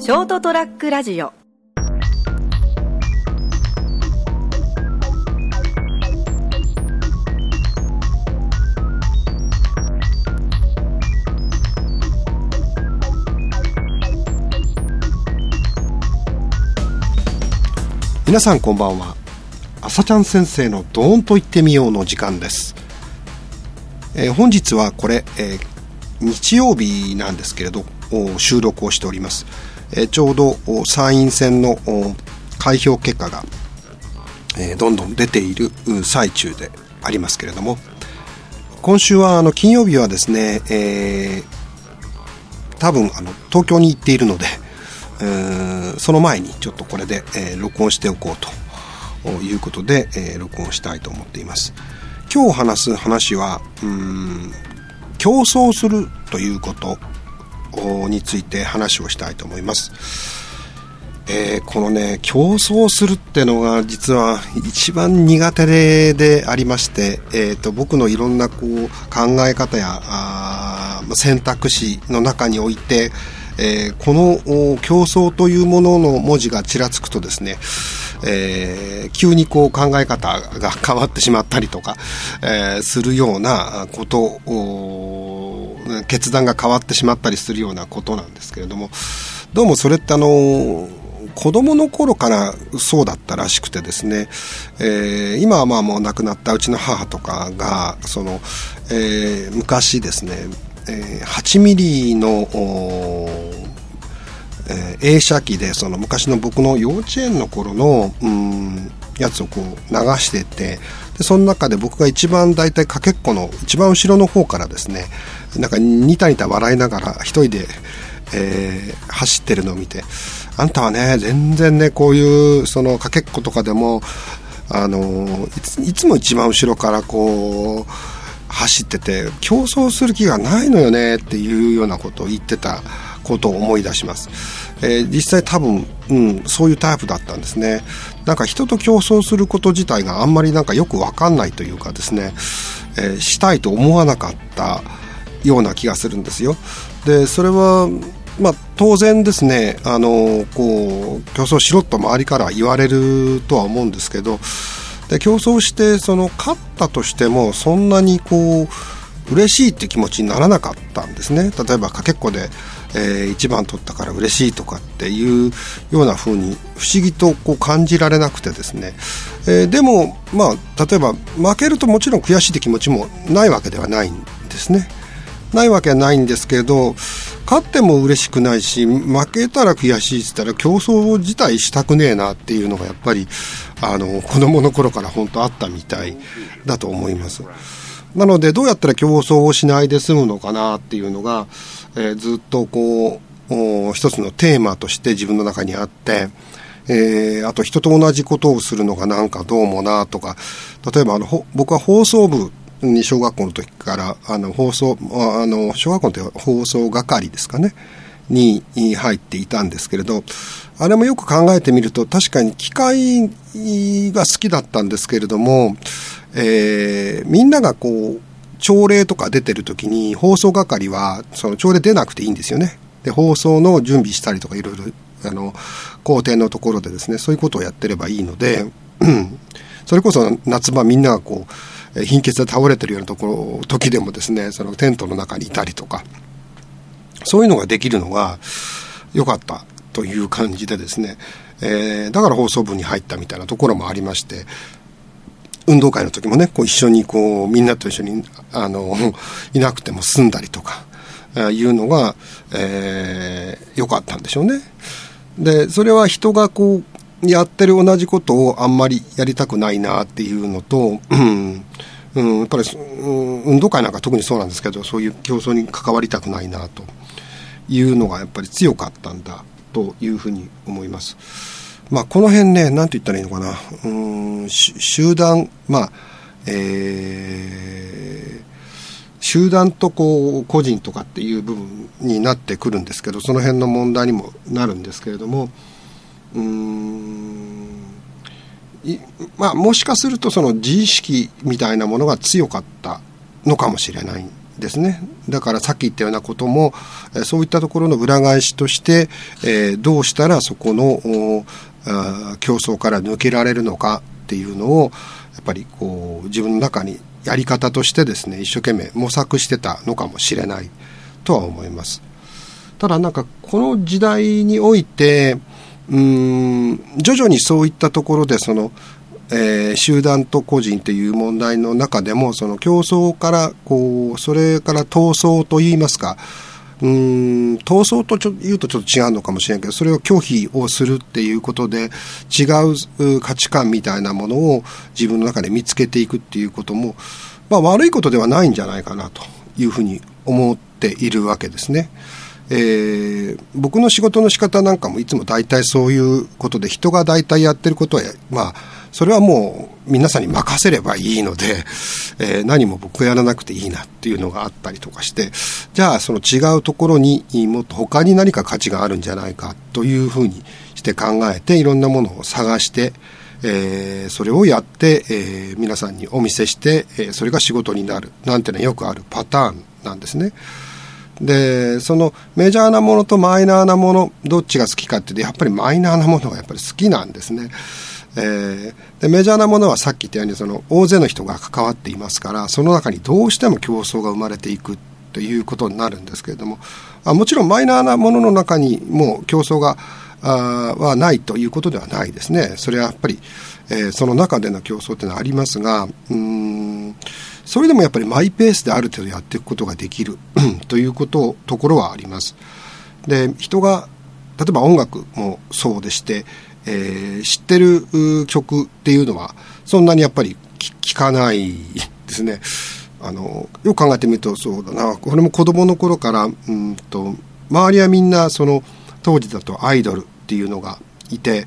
ショートトラックラジオ。 皆さんこんばんは。朝ちゃん先生のドーンと言ってみようの時間です。本日はこれ、日曜日なんですけれど収録をしております。ちょうど参院選の開票結果が、どんどん出ている最中でありますけれども、今週は金曜日はですね、多分東京に行っているので、その前にちょっとこれで、録音しておこうということで、録音したいと思っています。今日話す話は競争するということについて話をしたいと思います。このね、競争するってのが実は一番苦手でありまして、僕のいろんな考え方や選択肢の中において、この競争というものの文字がちらつくとですね、急に考え方が変わってしまったりとか、するようなこと決断が変わってしまったりするようなことなんですけれども、どうもそれって子供の頃からそうだったらしくてですね、今はもう亡くなったうちの母とかが昔ですね、8ミリの映写機でその昔の僕の幼稚園の頃のやつを流してて、でその中で僕が一番だいたいかけっこの一番後ろの方からですね、なんかニタニタ笑いながら一人で、走ってるのを見て、あんたはね全然ねこういうそのかけっことかでもいつも一番後ろから走ってて競争する気がないのよねっていうようなことを言ってたことを思い出します。実際多分、そういうタイプだったんですね。なんか人と競争すること自体があんまりなんかよく分かんないというかですね、したいと思わなかったような気がするんですよ。でそれは当然ですね、競争しろと周りから言われるとは思うんですけど、で競争して勝ったとしてもそんなに嬉しいって気持ちにならなかったんですね。例えばかけっこで、1番取ったから嬉しいとかっていうような風に不思議と感じられなくてですね、でも例えば負けるともちろん悔しいって気持ちもないわけではないんですね。ないわけはないんですけど、勝っても嬉しくないし負けたら悔しいって言ったら競争自体したくねえなっていうのがやっぱり子供の頃から本当あったみたいだと思います。なのでどうやったら競争をしないで済むのかなっていうのが、ずっと一つのテーマとして自分の中にあって、あと人と同じことをするのがなんかどうもなとか、例えば僕は放送部に小学校の時から小学校の放送係ですかねに入っていたんですけれど、あれもよく考えてみると確かに機械が好きだったんですけれども、みんなが朝礼とか出てる時に放送係はその朝礼出なくていいんですよね。で放送の準備したりとかいろいろ工程のところでですね、そういうことをやってればいいのでそれこそ夏場みんなが貧血で倒れてるような時でもですね、そのテントの中にいたりとか、そういうのができるのが良かったという感じでですね、だから放送部に入ったみたいなところもありまして、運動会の時もね一緒にみんなと一緒にいなくても済んだりとかいうのが良かったんでしょうね。でそれは人がやってる同じことをあんまりやりたくないなっていうのと、やっぱり運動会なんか特にそうなんですけど、そういう競争に関わりたくないなというのがやっぱり強かったんだというふうに思います。この辺ね、なんて言ったらいいのかな、集団集団と個人とかっていう部分になってくるんですけど、その辺の問題にもなるんですけれども、もしかするとその自意識みたいなものが強かったのかもしれないんですね。だからさっき言ったようなことも、そういったところの裏返しとして、どうしたらそこの競争から抜けられるのかっていうのをやっぱりこう自分の中にやり方としてですね、一生懸命模索してたのかもしれないとは思います。ただなんかこの時代において徐々にそういったところでその集団と個人という問題の中でもその競争からそれから闘争といいますか、闘争というとちょっと違うのかもしれないけど、それを拒否をするっていうことで違う価値観みたいなものを自分の中で見つけていくっていうことも、悪いことではないんじゃないかなというふうに思っているわけですね。僕の仕事の仕方なんかもいつも大体そういうことで、人が大体やってることはそれはもう皆さんに任せればいいので、何も僕がやらなくていいなっていうのがあったりとかして、じゃあその違うところにもっと他に何か価値があるんじゃないかというふうにして考えて、いろんなものを探して、それをやって、皆さんにお見せして、それが仕事になるなんてのはよくあるパターンなんですね。でそのメジャーなものとマイナーなもの、どっちが好きかっていうとやっぱりマイナーなものがやっぱり好きなんですね。でメジャーなものはさっき言ったようにその大勢の人が関わっていますから、その中にどうしても競争が生まれていくということになるんですけれども、もちろんマイナーなものの中にも競争がはないということではないですね。それはやっぱり、その中での競争というのはありますが、それでもやっぱりマイペースである程度やっていくことができるというところはあります。で人が例えば音楽もそうでして、知ってる曲っていうのはそんなにやっぱり聞かないですね。よく考えてみるとそうだな、これも子供の頃から周りはみんなその当時だとアイドルっていうのがいて、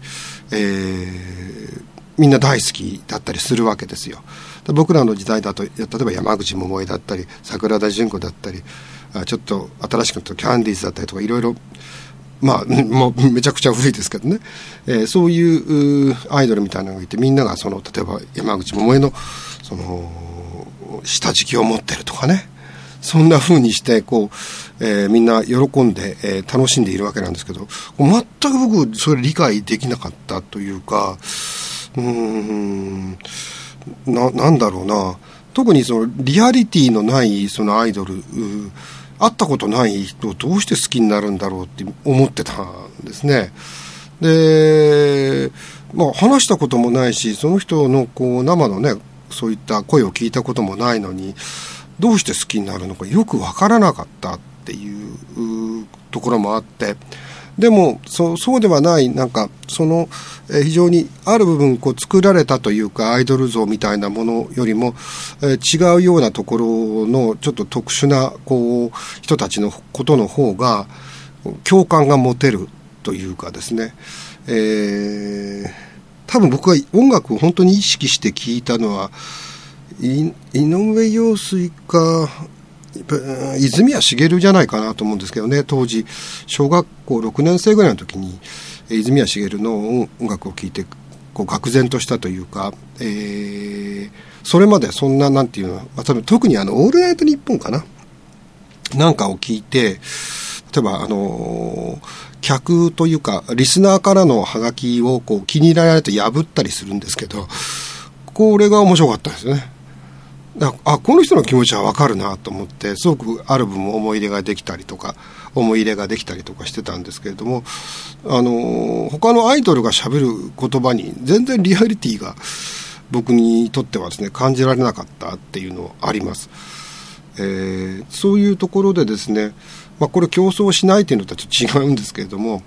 みんな大好きだったりするわけですよ。僕らの時代だと例えば山口百恵だったり桜田淳子だったり、ちょっと新しくなったキャンディーズだったりとかいろいろ、もうめちゃくちゃ古いですけどね、そういうアイドルみたいなのがいて、みんながその例えば山口百恵のその下敷きを持ってるとかね、そんな風にしてみんな喜んで、楽しんでいるわけなんですけど、全く僕それ理解できなかったというか、なんだろうな、特にそのリアリティのないそのアイドル、会ったことない人をどうして好きになるんだろうって思ってたんですね。で、話したこともないし、その人の生のねそういった声を聞いたこともないのに、どうして好きになるのかよくわからなかったっていうところもあって、でもそうではない、なんかその非常にある部分作られたというかアイドル像みたいなものよりも、違うようなところのちょっと特殊な人たちのことの方が共感が持てるというかですね、多分僕が音楽を本当に意識して聴いたのは井上陽水か泉谷しげるじゃないかなと思うんですけどね。当時小学校6年生ぐらいの時に泉谷しげるの音楽を聴いて愕然としたというか、それまでそんななんていうの、多分特にオールナイトニッポンかななんかを聞いて、例えば客というかリスナーからのハガキを気に入られると破ったりするんですけど、これが面白かったですね。この人の気持ちは分かるなと思って、すごくある分思い入れができたりとかしてたんですけれども、他のアイドルが喋る言葉に全然リアリティが僕にとってはですね感じられなかったっていうのあります。そういうところでですね、これ競争しないというのとはちょっと違うんですけれども、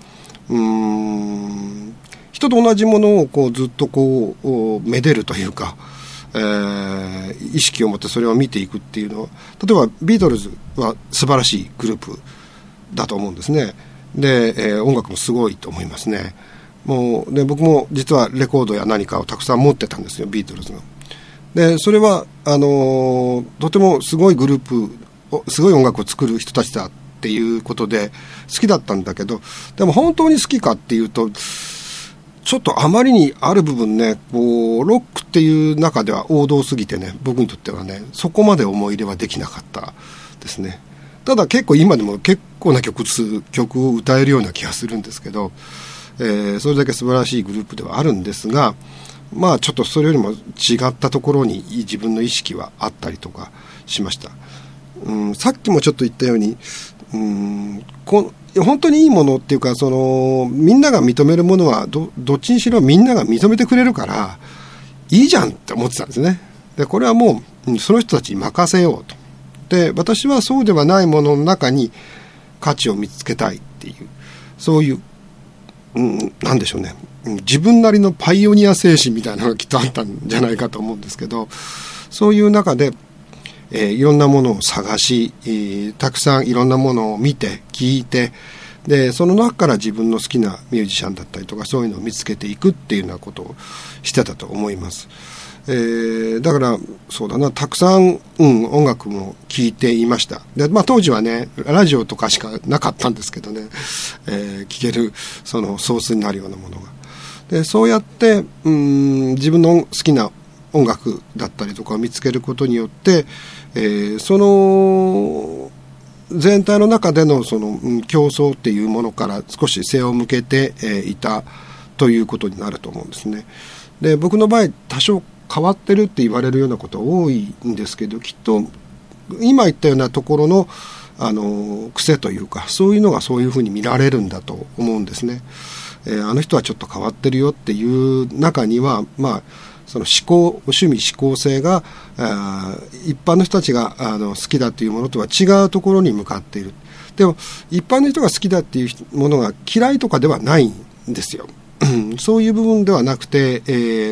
人と同じものをずっとめでるというか、意識を持ってそれを見ていくっていうのは、例えばビートルズは素晴らしいグループだと思うんですね。で、音楽もすごいと思いますね。で僕も実はレコードや何かをたくさん持ってたんですよ、ビートルズの。でそれはとてもすごいグループ、すごい音楽を作る人たちだっていうことで好きだったんだけど、でも本当に好きかっていうとちょっとあまりにある部分ね、ロックっていう中では王道すぎてね、僕にとってはねそこまで思い入れはできなかったですね。ただ結構今でも結構な曲を歌えるような気がするんですけど、それだけ素晴らしいグループではあるんですが、まあちょっとそれよりも違ったところに自分の意識はあったりとかしました。さっきもちょっと言ったように、本当にいいものっていうか、みんなが認めるものはどっちにしろみんなが認めてくれるからいいじゃんって思ってたんですね。でこれはもうその人たちに任せようと。で私はそうではないものの中に価値を見つけたいっていう、そういう、なんでしょうね、自分なりのパイオニア精神みたいなのがきっとあったんじゃないかと思うんですけど、そういう中で、いろんなものを探し、たくさんいろんなものを見て聞いて、でその中から自分の好きなミュージシャンだったりとかそういうのを見つけていくっていうようなことをしてたと思います。だからそうだな、たくさん、音楽も聴いていました。で、当時はねラジオとかしかなかったんですけどね、聴けるそのソースになるようなものが、でそうやって自分の好きな音楽だったりとかを見つけることによって、その全体の中でのその競争っていうものから少し背を向けて、いたということになると思うんですね。で僕の場合多少変わってるって言われるようなこと多いんですけど、きっと今言ったようなところの癖というか、そういうのがそういうふうに見られるんだと思うんですね。あの人はちょっと変わってるよっていう中には、その趣味思考性が一般の人たちが好きだというものとは違うところに向かっている。でも一般の人が好きだっていうものが嫌いとかではないんですよ。そういう部分ではなくて、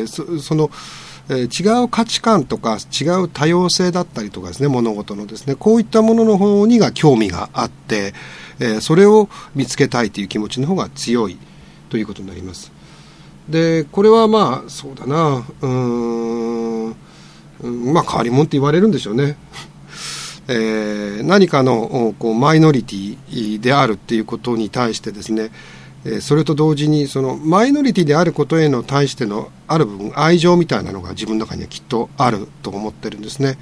違う価値観とか違う多様性だったりとかですね、物事のですね、こういったものの方にが興味があって、それを見つけたいという気持ちの方が強いということになります。でこれはそうだな、変わり者って言われるんでしょうね。何かのマイノリティであるっていうことに対してですね、それと同時にそのマイノリティであることへの対してのある部分、愛情みたいなのが自分の中にはきっとあると思ってるんですね。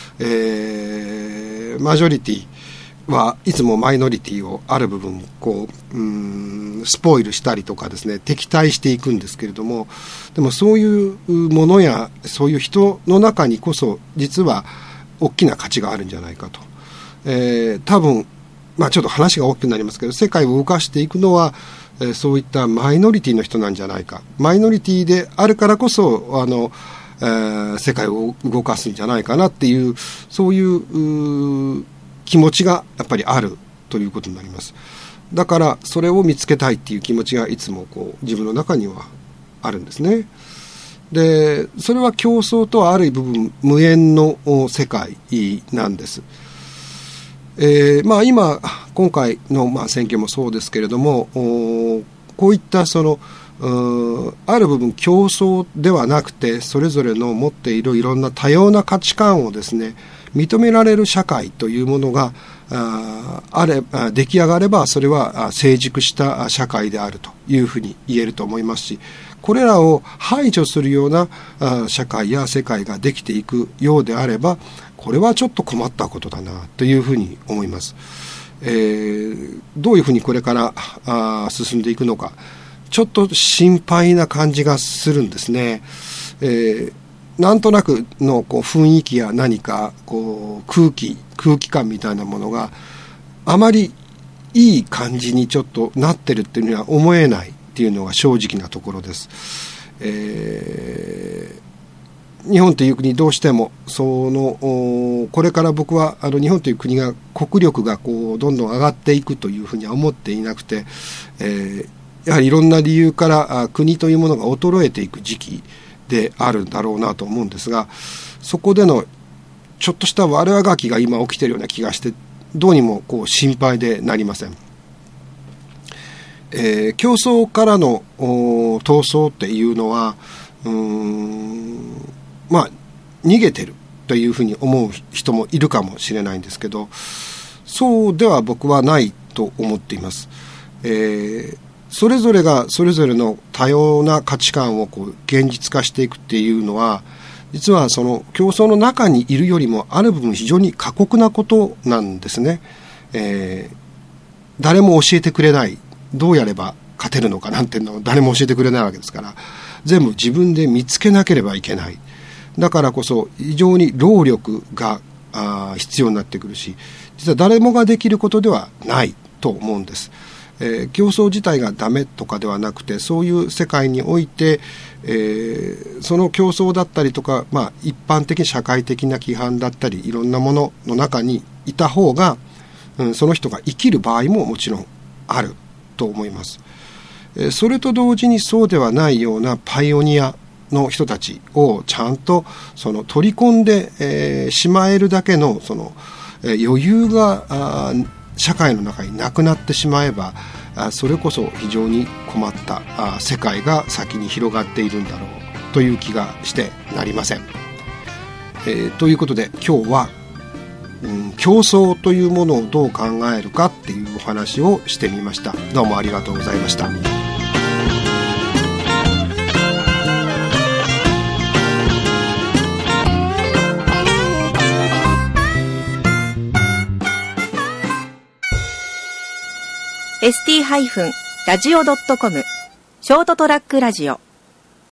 マジョリティはいつもマイノリティをある部分スポイルしたりとかですね、敵対していくんですけれども、でもそういうものやそういう人の中にこそ実は大きな価値があるんじゃないかと。多分ちょっと話が大きくなりますけど、世界を動かしていくのはそういったマイノリティの人なんじゃないか。マイノリティであるからこそ世界を動かすんじゃないかなっていう、そういう気持ちがやっぱりあるということになります。だからそれを見つけたいっていう気持ちがいつも自分の中にはあるんですね。でそれは競争とはある部分無縁の世界なんです。今回の選挙もそうですけれども、こういったある部分競争ではなくて、それぞれの持っているいろんな多様な価値観をですね認められる社会というものが出来上がれば、それは成熟した社会であるというふうに言えると思いますし、これらを排除するような社会や世界ができていくようであれば、これはちょっと困ったことだなというふうに思います。どういうふうにこれから進んでいくのか、ちょっと心配な感じがするんですね。なんとなくの雰囲気や何か空気感みたいなものがあまりいい感じにちょっとなってるっていうには思えないっていうのが正直なところです。日本という国どうしてもこれから僕は日本という国が国力がどんどん上がっていくというふうには思っていなくて、やはりいろんな理由から国というものが衰えていく時期であるんだろうなと思うんですが、そこでのちょっとした悪あがきが今起きているような気がして、どうにも心配でなりません。競争からの闘争っていうのは逃げてるというふうに思う人もいるかもしれないんですけど、そうでは僕はないと思っています。それぞれがそれぞれの多様な価値観を現実化していくっていうのは、 実はその競争の中にいるよりもある部分非常に過酷なことなんですね。誰も教えてくれない、どうやれば勝てるのかなんていうのを誰も教えてくれないわけですから、全部自分で見つけなければいけない。だからこそ非常に労力が必要になってくるし、実は誰もができることではないと思うんです。競争自体がダメとかではなくて、そういう世界において、その競争だったりとか、一般的社会的な規範だったりいろんなものの中にいた方が、その人が生きる場合ももちろんあると思います。それと同時にそうではないようなパイオニアの人たちをちゃんと取り込んで、しまえるだけの余裕が社会の中になくなってしまえば、それこそ非常に困った世界が先に広がっているんだろうという気がしてなりません。ということで今日は、競争というものをどう考えるかっていうお話をしてみました。どうもありがとうございました。 ST-radio.com ショートトラックラジオ